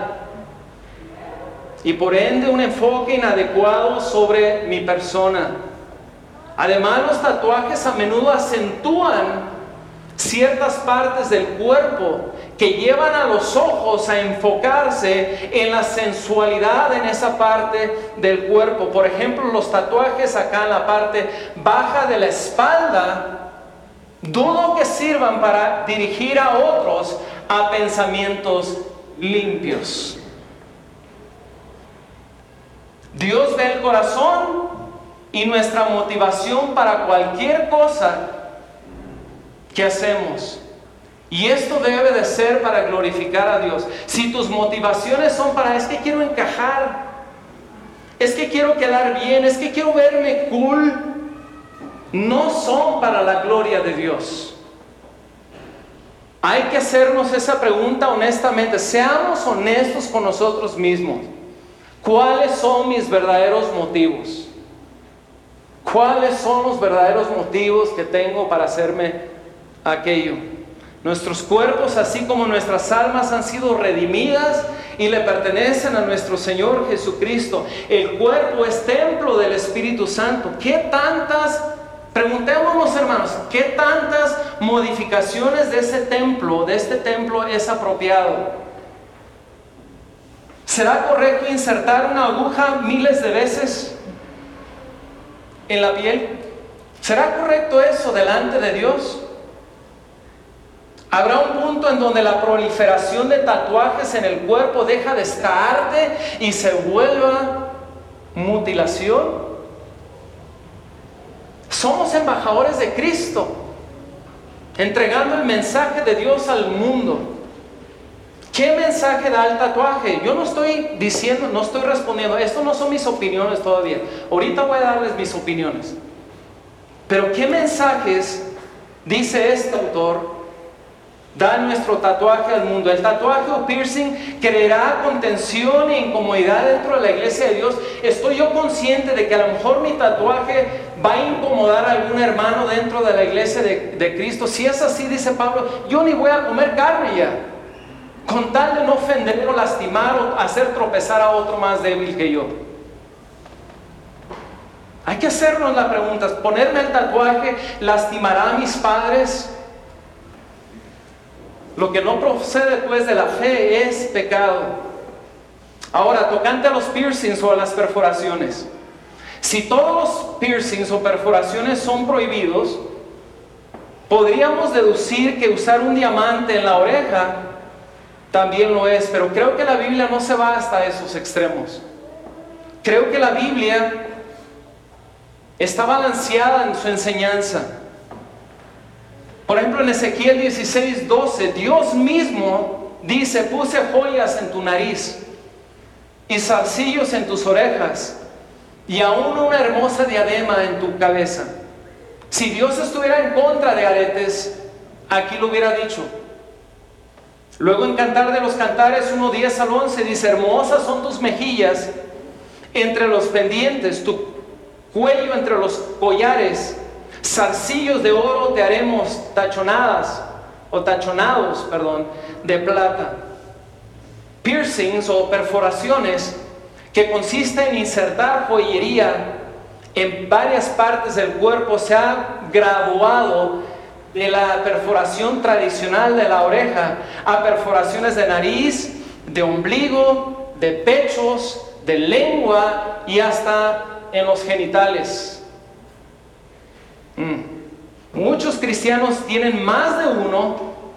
Y por ende un enfoque inadecuado sobre mi persona. Además, los tatuajes a menudo acentúan ciertas partes del cuerpo que llevan a los ojos a enfocarse en la sensualidad en esa parte del cuerpo. Por ejemplo, los tatuajes acá en la parte baja de la espalda, dudo que sirvan para dirigir a otros a pensamientos limpios. Dios ve el corazón y nuestra motivación para cualquier cosa que hacemos. Y esto debe de ser para glorificar a Dios. Si tus motivaciones son para, es que quiero encajar, es que quiero quedar bien, es que quiero verme cool, no son para la gloria de Dios. Hay que hacernos esa pregunta honestamente. Seamos honestos con nosotros mismos. ¿Cuáles son mis verdaderos motivos? ¿Cuáles son los verdaderos motivos que tengo para hacerme aquello? Nuestros cuerpos, así como nuestras almas, han sido redimidas y le pertenecen a nuestro Señor Jesucristo. El cuerpo es templo del Espíritu Santo. Preguntémonos, hermanos, ¿qué tantas modificaciones de este templo es apropiado? ¿Será correcto insertar una aguja miles de veces en la piel? ¿Será correcto eso delante de Dios? ¿Habrá un punto en donde la proliferación de tatuajes en el cuerpo deja de estar arte y se vuelva mutilación? Somos embajadores de Cristo, entregando el mensaje de Dios al mundo. ¿Qué mensaje da el tatuaje? Yo no estoy diciendo, no estoy respondiendo. Esto no son mis opiniones todavía. Ahorita voy a darles mis opiniones. Pero ¿qué mensajes dice este autor? Da nuestro tatuaje al mundo. El tatuaje o piercing creará contención e incomodidad dentro de la iglesia de Dios. Estoy yo consciente de que a lo mejor mi tatuaje va a incomodar a algún hermano dentro de la iglesia de Cristo. Si es así, dice Pablo, yo ni voy a comer carne ya, con tal de no ofender o lastimar o hacer tropezar a otro más débil que yo. Hay que hacernos la pregunta: ¿ponerme el tatuaje lastimará a mis padres? Lo que no procede pues de la fe es pecado. Ahora, tocante a los piercings o a las perforaciones. Si todos los piercings o perforaciones son prohibidos, podríamos deducir que usar un diamante en la oreja también lo es, pero creo que la Biblia no se va hasta esos extremos. Creo que la Biblia está balanceada en su enseñanza. Por ejemplo, en Ezequiel 16:12, Dios mismo dice: puse joyas en tu nariz y zarcillos en tus orejas y aún una hermosa diadema en tu cabeza. Si Dios estuviera en contra de aretes, aquí lo hubiera dicho. Luego en Cantar de los Cantares 1:10 al 11 dice: hermosas son tus mejillas entre los pendientes, cuello entre los collares, zarcillos de oro te haremos tachonados, de plata. Piercings o perforaciones, que consiste en insertar joyería en varias partes del cuerpo, se ha graduado de la perforación tradicional de la oreja a perforaciones de nariz, de ombligo, de pechos, de lengua y hasta en los genitales. Muchos cristianos tienen más de uno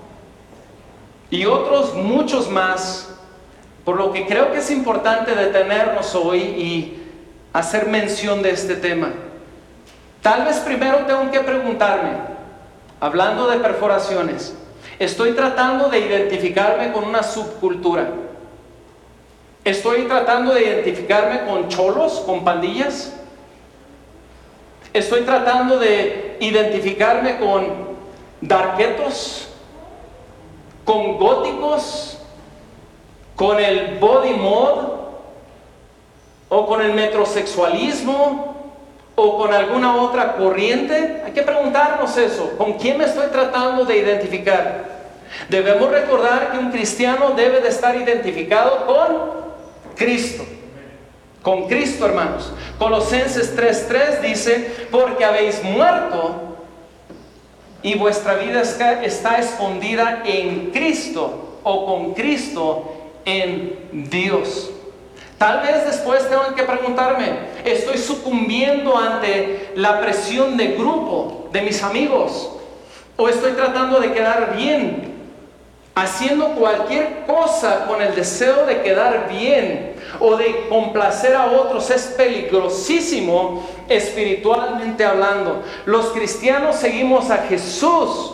y otros muchos más, por lo que creo que es importante detenernos hoy y hacer mención de este tema. Tal vez primero tengo que preguntarme, hablando de perforaciones, ¿estoy tratando de identificarme con una subcultura? ¿Estoy tratando de identificarme con cholos, con pandillas? ¿Estoy tratando de identificarme con darketos, con góticos, con el body mod, o con el metrosexualismo, o con alguna otra corriente? Hay que preguntarnos eso. ¿Con quién me estoy tratando de identificar? Debemos recordar que un cristiano debe de estar identificado con Cristo. Con Cristo, hermanos. Colosenses 3:3 dice: porque habéis muerto y vuestra vida está escondida en Cristo, o con Cristo en Dios. Tal vez después tengo que preguntarme, ¿estoy sucumbiendo ante la presión de grupo de mis amigos? ¿O estoy tratando de quedar bien, haciendo cualquier cosa con el deseo de quedar bien o de complacer a otros? Es peligrosísimo espiritualmente hablando. Los cristianos seguimos a Jesús.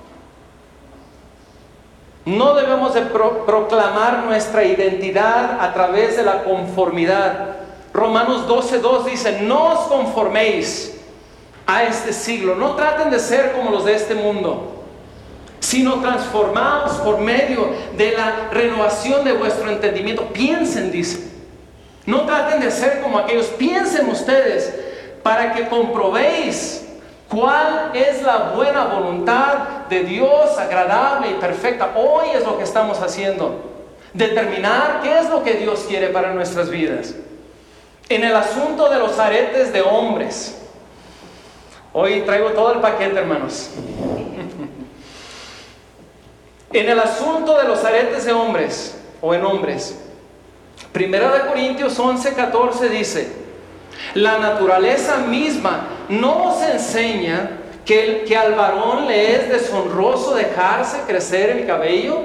No debemos de proclamar nuestra identidad a través de la conformidad. Romanos 12:2 dice: no os conforméis a este siglo. No traten de ser como los de este mundo, sino transformados por medio de la renovación de vuestro entendimiento. Piensen, dice. No traten de ser como aquellos. Piensen ustedes, para que comprobéis cuál es la buena voluntad de Dios, agradable y perfecta. Hoy es lo que estamos haciendo. Determinar qué es lo que Dios quiere para nuestras vidas. En el asunto de los aretes de hombres. Hoy traigo todo el paquete, hermanos. En el asunto de los aretes de hombres, o en hombres, 1 Corintios 11:14 dice: la naturaleza misma no os enseña que al varón le es deshonroso dejarse crecer el cabello.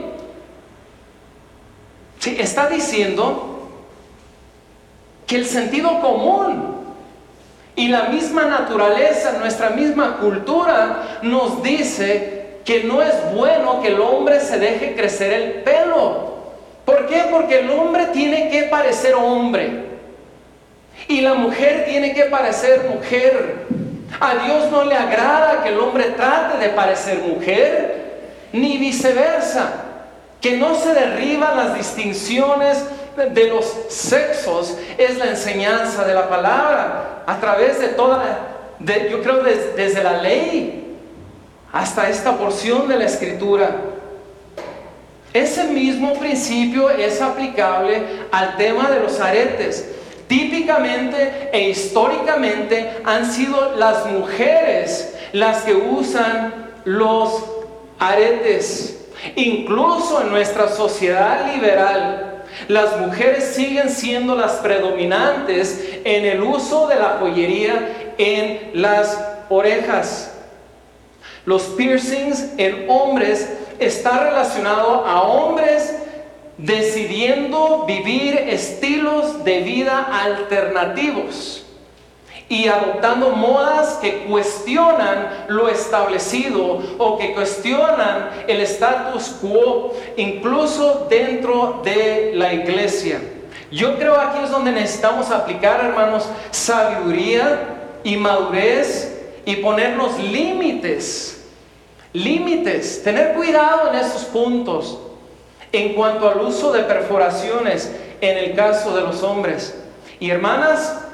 Sí, está diciendo que el sentido común y la misma naturaleza, nuestra misma cultura, nos dice que no es bueno que el hombre se deje crecer el pelo. ¿Por qué? Porque el hombre tiene que parecer hombre y la mujer tiene que parecer mujer. A Dios no le agrada que el hombre trate de parecer mujer, ni viceversa. Que no se derriban las distinciones de los sexos es la enseñanza de la palabra a través de yo creo desde la ley hasta esta porción de la Escritura. Ese mismo principio es aplicable al tema de los aretes. Típicamente e históricamente han sido las mujeres las que usan los aretes. Incluso en nuestra sociedad liberal, las mujeres siguen siendo las predominantes en el uso de la joyería en las orejas. Los piercings en hombres está relacionado a hombres decidiendo vivir estilos de vida alternativos y adoptando modas que cuestionan lo establecido o que cuestionan el status quo, incluso dentro de la iglesia. Yo creo aquí es donde necesitamos aplicar, hermanos, sabiduría y madurez y ponernos límites, tener cuidado en esos puntos en cuanto al uso de perforaciones en el caso de los hombres. Y hermanas,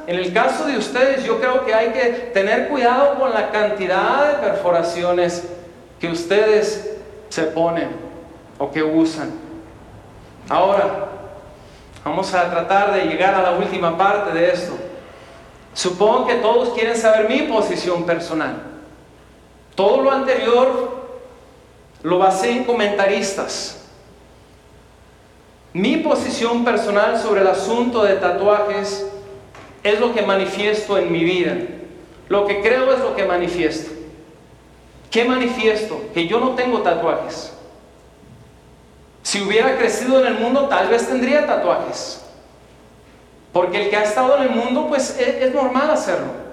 en el caso de ustedes, yo creo que hay que tener cuidado con la cantidad de perforaciones que ustedes se ponen o que usan. Ahora, vamos a tratar de llegar a la última parte de esto. Supongo que todos quieren saber mi posición personal. Todo lo anterior lo basé en comentaristas. Mi posición personal sobre el asunto de tatuajes es lo que manifiesto en mi vida. Lo que creo es lo que manifiesto. ¿Qué manifiesto? Que yo no tengo tatuajes. Si hubiera crecido en el mundo, tal vez tendría tatuajes. Porque el que ha estado en el mundo, pues es normal hacerlo.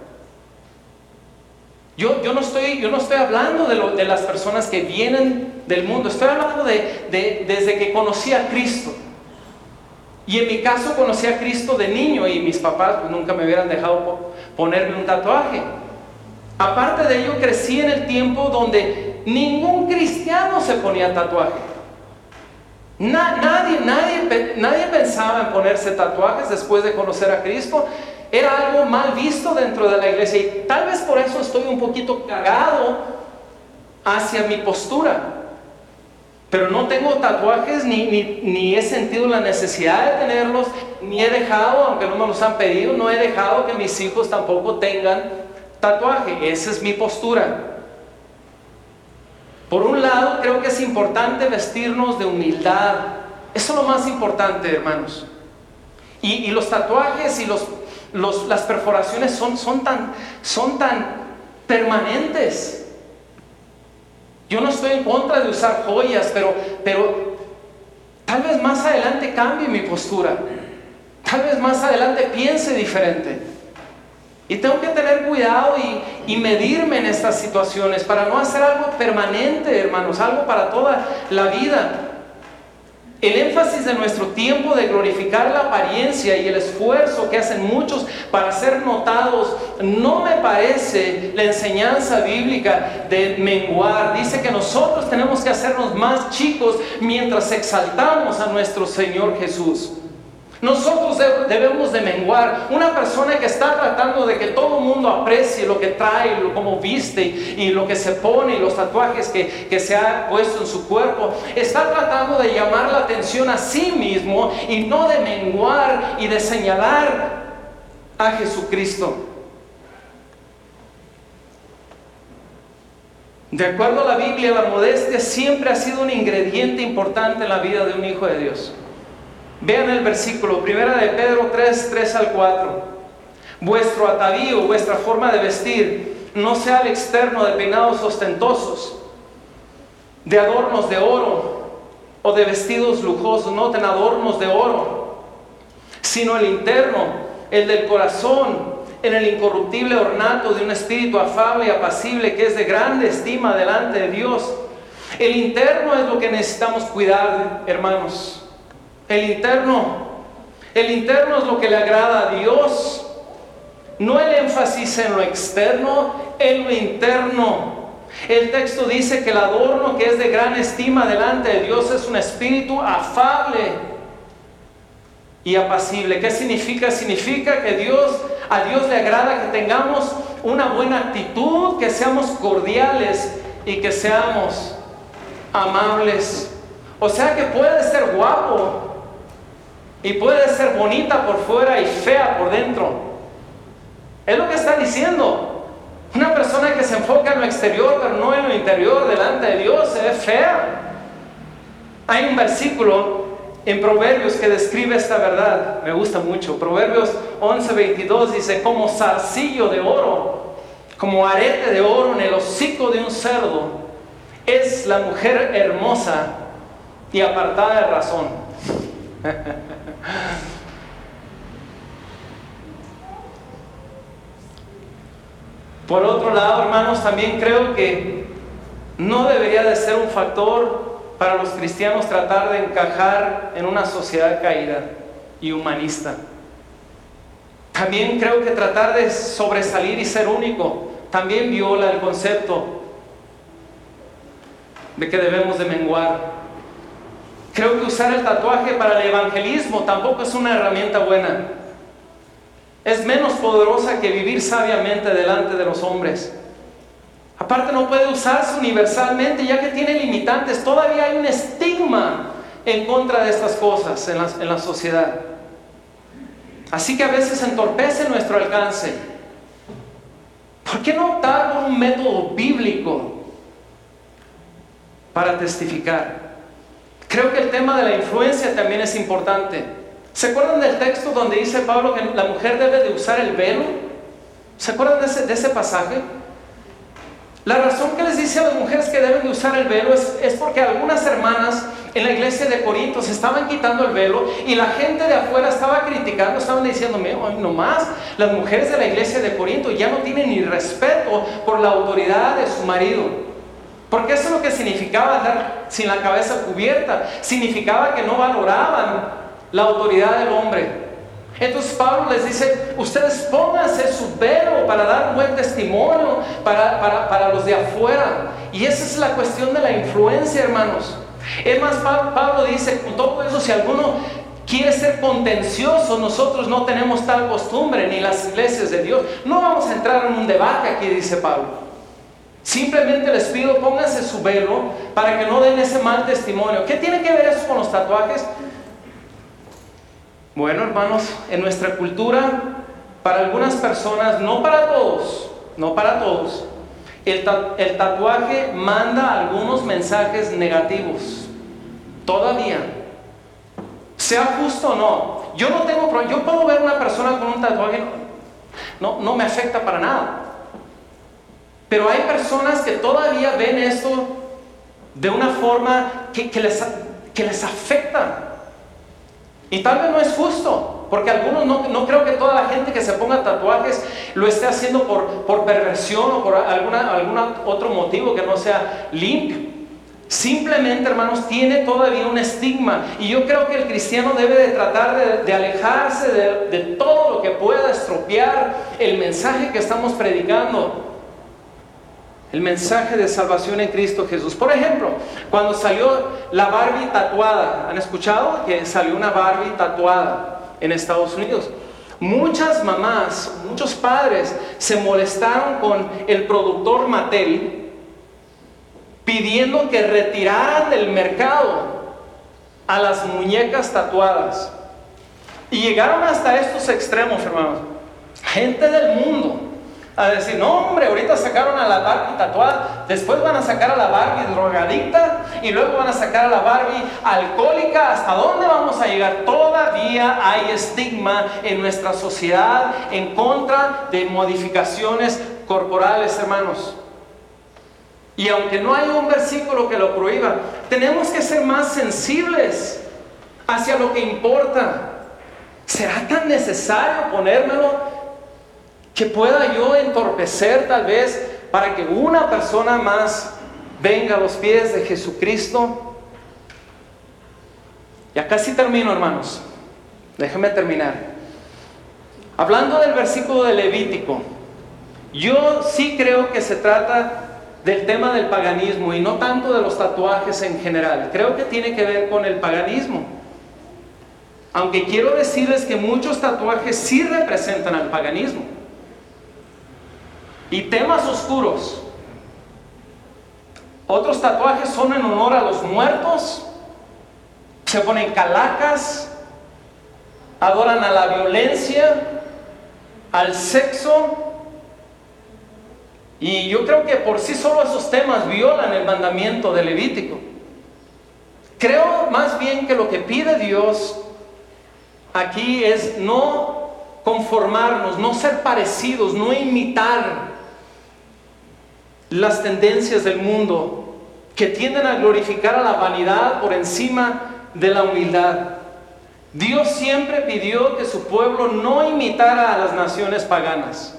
Yo no estoy hablando de las personas que vienen del mundo. Estoy hablando desde que conocí a Cristo. Y en mi caso conocí a Cristo de niño y mis papás pues, nunca me hubieran dejado ponerme un tatuaje. Aparte de ello, crecí en el tiempo donde ningún cristiano se ponía tatuaje. Nadie pensaba en ponerse tatuajes después de conocer a Cristo. Era algo mal visto dentro de la iglesia y tal vez por eso estoy un poquito cagado hacia mi postura. Pero no tengo tatuajes ni he sentido la necesidad de tenerlos, ni he dejado, aunque no me los han pedido, no he dejado que mis hijos tampoco tengan tatuaje. Esa es mi postura. Por un lado, creo que es importante vestirnos de humildad. Eso es lo más importante, hermanos. Y los tatuajes y las perforaciones son tan permanentes. Yo no estoy en contra de usar joyas, pero tal vez más adelante cambie mi postura. Tal vez más adelante piense diferente. Y tengo que tener cuidado y medirme en estas situaciones para no hacer algo permanente, hermanos, algo para toda la vida. El énfasis de nuestro tiempo de glorificar la apariencia y el esfuerzo que hacen muchos para ser notados, no me parece la enseñanza bíblica de menguar. Dice que nosotros tenemos que hacernos más chicos mientras exaltamos a nuestro Señor Jesús. Nosotros debemos de menguar. Una persona que está tratando de que todo el mundo aprecie lo que trae, cómo viste y lo que se pone y los tatuajes que se ha puesto en su cuerpo, está tratando de llamar la atención a sí mismo y no de menguar y de señalar a Jesucristo. De acuerdo a la Biblia, la modestia siempre ha sido un ingrediente importante en la vida de un hijo de Dios. Vean el versículo, 1 de Pedro 3 al 4. Vuestro atavío, vuestra forma de vestir, no sea al externo de peinados ostentosos, de adornos de oro o de vestidos lujosos, no ten adornos de oro, sino el interno, el del corazón, en el incorruptible ornato de un espíritu afable y apacible que es de grande estima delante de Dios. El interno es lo que necesitamos cuidar, hermanos. El interno es lo que le agrada a Dios. No el énfasis en lo externo, en lo interno. El texto dice que el adorno que es de gran estima delante de Dios es un espíritu afable y apacible. ¿Qué significa? Significa que a Dios le agrada que tengamos una buena actitud, que seamos cordiales y que seamos amables. O sea que puede ser guapo y puede ser bonita por fuera y fea por dentro. Es lo que está diciendo. Una persona que se enfoca en lo exterior pero no en lo interior delante de Dios se ve fea. Hay un versículo en Proverbios que describe esta verdad. Me gusta mucho. Proverbios 11:22 dice: como zarcillo de oro, como arete de oro en el hocico de un cerdo, es la mujer hermosa y apartada de razón. Por otro lado, hermanos, también creo que no debería de ser un factor para los cristianos tratar de encajar en una sociedad caída y humanista. También creo que tratar de sobresalir y ser único también viola el concepto de que debemos de menguar. Creo que usar el tatuaje para el evangelismo tampoco es una herramienta buena. Es menos poderosa que vivir sabiamente delante de los hombres. Aparte, no puede usarse universalmente, ya que tiene limitantes. Todavía hay un estigma en contra de estas cosas en la sociedad. Así que a veces entorpece nuestro alcance. ¿Por qué no optar por un método bíblico para testificar? Creo que el tema de la influencia también es importante. ¿Se acuerdan del texto donde dice Pablo que la mujer debe de usar el velo? ¿Se acuerdan de ese pasaje? La razón que les dice a las mujeres que deben de usar el velo es porque algunas hermanas en la iglesia de Corinto se estaban quitando el velo y la gente de afuera estaba criticando, estaban diciéndome, no más, las mujeres de la iglesia de Corinto ya no tienen ni respeto por la autoridad de su marido. Porque eso es lo que significaba andar sin la cabeza cubierta, significaba que no valoraban la autoridad del hombre. Entonces Pablo les dice, ustedes pónganse su velo para dar un buen testimonio para los de afuera. Y esa es la cuestión de la influencia, hermanos. Es más, Pablo dice, con todo eso, si alguno quiere ser contencioso, nosotros no tenemos tal costumbre, ni las iglesias de Dios. No vamos a entrar en un debate aquí, dice Pablo. Simplemente les pido, pónganse su velo para que no den ese mal testimonio. ¿Qué tiene que ver eso con los tatuajes? Bueno, hermanos, en nuestra cultura, para algunas personas, no para todos, el tatuaje manda algunos mensajes negativos. Todavía, sea justo o no, yo no tengo problema. Yo puedo ver una persona con un tatuaje, no me afecta para nada. Pero hay personas que todavía ven esto de una forma que les afecta. Y tal vez no es justo, porque algunos no creo que toda la gente que se ponga tatuajes lo esté haciendo por perversión o por algún otro motivo que no sea limpio. Simplemente, hermanos, tiene todavía un estigma. Y yo creo que el cristiano debe de tratar de alejarse de todo lo que pueda estropear el mensaje que estamos predicando. El mensaje de salvación en Cristo Jesús. Por ejemplo, cuando salió la Barbie tatuada, ¿han escuchado que salió una Barbie tatuada en Estados Unidos? Muchas mamás, muchos padres se molestaron con el productor Mattel pidiendo que retiraran del mercado a las muñecas tatuadas. Y llegaron hasta estos extremos, hermanos. Gente del mundo a decir, no hombre, ahorita sacaron a la Barbie tatuada, después van a sacar a la Barbie drogadicta y luego van a sacar a la Barbie alcohólica. ¿Hasta dónde vamos a llegar? Todavía hay estigma en nuestra sociedad en contra de modificaciones corporales, hermanos. Y aunque no hay un versículo que lo prohíba, tenemos que ser más sensibles hacia lo que importa. ¿Será tan necesario ponérmelo que pueda yo entorpecer tal vez para que una persona más venga a los pies de Jesucristo? Ya casi termino, hermanos. Déjenme terminar. Hablando del versículo de Levítico, yo sí creo que se trata del tema del paganismo y no tanto de los tatuajes en general. Creo que tiene que ver con el paganismo. Aunque quiero decirles que muchos tatuajes sí representan al paganismo. Y temas oscuros. Otros tatuajes son en honor a los muertos. Se ponen calacas. Adoran a la violencia, al sexo. Y yo creo que por sí solo esos temas violan el mandamiento de Levítico. Creo más bien que lo que pide Dios aquí es no conformarnos, no ser parecidos, no imitar las tendencias del mundo que tienden a glorificar a la vanidad por encima de la humildad. Dios siempre pidió que su pueblo no imitara a las naciones paganas.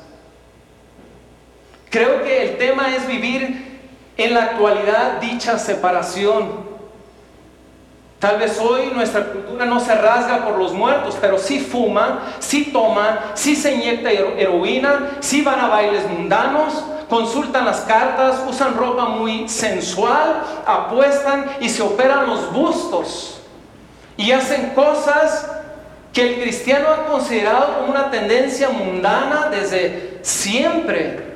Creo que el tema es vivir en la actualidad dicha separación. Tal vez hoy nuestra cultura no se rasga por los muertos, pero sí fuma, sí toma, sí se inyecta heroína, sí van a bailes mundanos, consultan las cartas, usan ropa muy sensual, apuestan y se operan los bustos. Y hacen cosas que el cristiano ha considerado como una tendencia mundana desde siempre.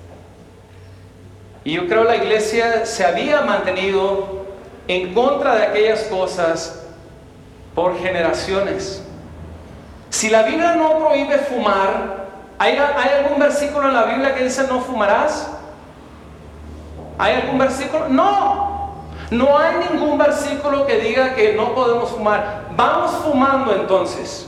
Y yo creo la iglesia se había mantenido en contra de aquellas cosas por generaciones. Si la Biblia no prohíbe fumar, ¿hay algún versículo en la Biblia que dice no fumarás? ¿Hay algún versículo? No hay ningún versículo que diga que no podemos fumar. Vamos fumando entonces.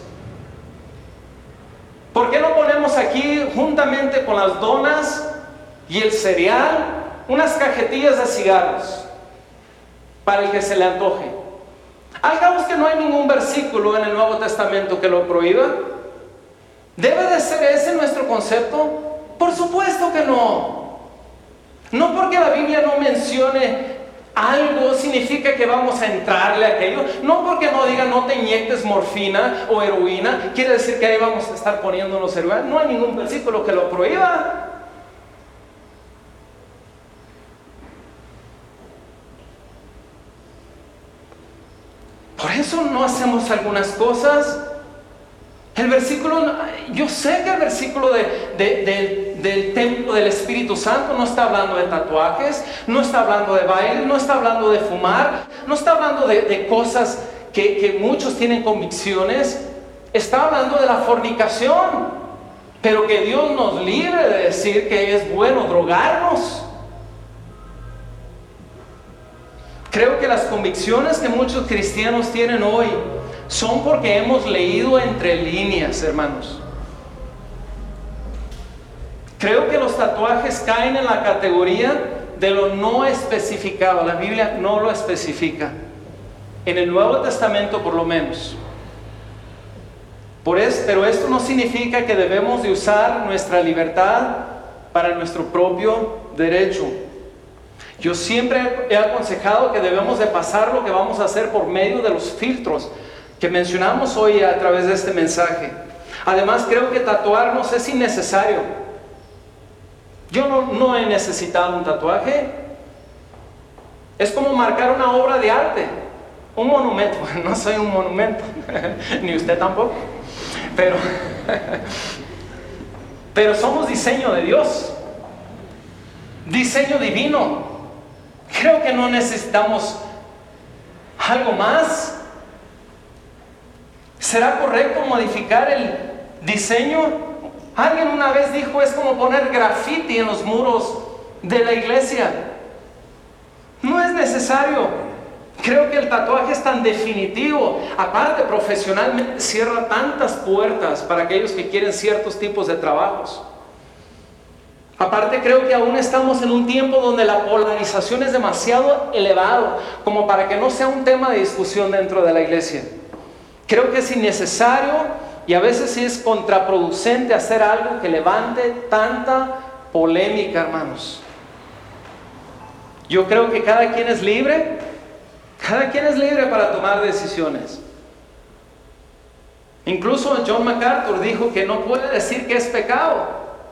¿Por qué no ponemos aquí, juntamente con las donas y el cereal, unas cajetillas de cigarros para el que se le antoje? Al cabo es que no hay ningún versículo en el Nuevo Testamento que lo prohíba. ¿Debe de ser ese nuestro concepto? Por supuesto que no. No porque la Biblia no mencione algo significa que vamos a entrarle a aquello. No porque no diga no te inyectes morfina o heroína, quiere decir que ahí vamos a estar poniéndonos heroína. No hay ningún versículo que lo prohíba. Por eso no hacemos algunas cosas. El versículo, yo sé que el versículo del templo del Espíritu Santo no está hablando de tatuajes, no está hablando de baile, no está hablando de fumar, no está hablando de cosas que muchos tienen convicciones. Está hablando de la fornicación, pero que Dios nos libre de decir que es bueno drogarnos. Creo que las convicciones que muchos cristianos tienen hoy son porque hemos leído entre líneas, hermanos. Creo que los tatuajes caen en la categoría de lo no especificado. La Biblia no lo especifica. En el Nuevo Testamento por lo menos. Pero esto no significa que debemos de usar nuestra libertad para nuestro propio derecho. Yo siempre he aconsejado que debemos de pasar lo que vamos a hacer por medio de los filtros que mencionamos hoy a través de este mensaje. Además, creo que tatuarnos es innecesario. Yo no he necesitado un tatuaje. Es como marcar una obra de arte, un monumento. No soy un monumento, ni usted tampoco. Pero somos diseño de Dios, diseño divino. Creo que no necesitamos algo más. ¿Será correcto modificar el diseño? Alguien una vez dijo, es como poner graffiti en los muros de la iglesia. No es necesario. Creo que el tatuaje es tan definitivo. Aparte, profesionalmente cierra tantas puertas para aquellos que quieren ciertos tipos de trabajos. Aparte, creo que aún estamos en un tiempo donde la polarización es demasiado elevado como para que no sea un tema de discusión dentro de la iglesia. Creo que es innecesario y a veces sí es contraproducente hacer algo que levante tanta polémica, hermanos. Yo creo que cada quien es libre para tomar decisiones. Incluso John MacArthur dijo que no puede decir que es pecado.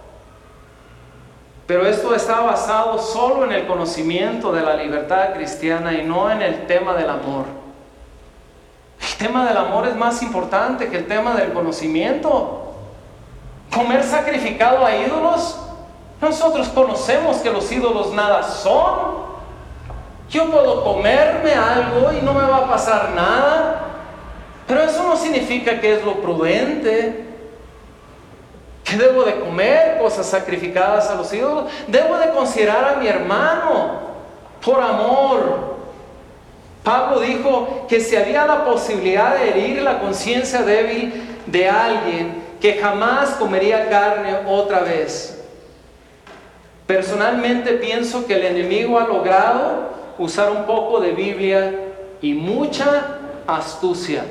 Pero esto está basado solo en el conocimiento de la libertad cristiana y no en el tema del amor. El tema del amor es más importante que el tema del conocimiento. Comer sacrificado a ídolos, nosotros conocemos que los ídolos nada son. Yo puedo comerme algo y no me va a pasar nada, pero eso no significa que es lo prudente. ¿Qué debo de comer? Cosas sacrificadas a los ídolos. Debo de considerar a mi hermano por amor. Pablo dijo que si había la posibilidad de herir la conciencia débil de alguien, que jamás comería carne otra vez. Personalmente pienso que el enemigo ha logrado usar un poco de Biblia y mucha astucia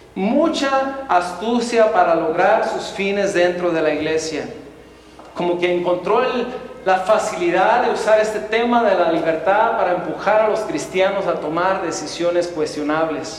para lograr sus fines dentro de la iglesia. Como que encontró la facilidad de usar este tema de la libertad para empujar a los cristianos a tomar decisiones cuestionables.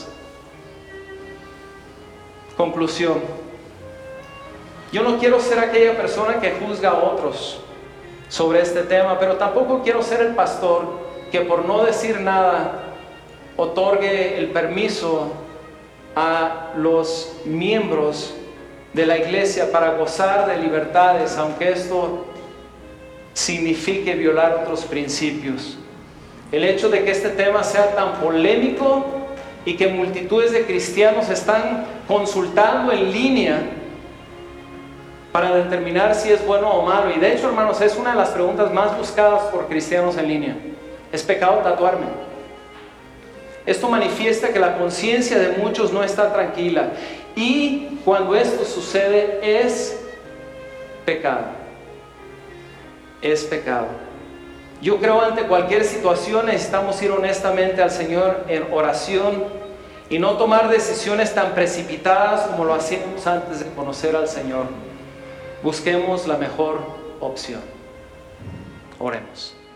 Conclusión: yo no quiero ser aquella persona que juzga a otros sobre este tema, pero tampoco quiero ser el pastor que por no decir nada otorgue el permiso a los miembros de la iglesia para gozar de libertades, aunque esto signifique violar otros principios. El hecho de que este tema sea tan polémico y que multitudes de cristianos están consultando en línea para determinar si es bueno o malo. Y de hecho, hermanos, es una de las preguntas más buscadas por cristianos en línea. ¿Es pecado tatuarme? Esto manifiesta que la conciencia de muchos no está tranquila. Y cuando esto sucede, es pecado. Es pecado. Yo creo ante cualquier situación necesitamos ir honestamente al Señor en oración y no tomar decisiones tan precipitadas como lo hacíamos antes de conocer al Señor. Busquemos la mejor opción. Oremos.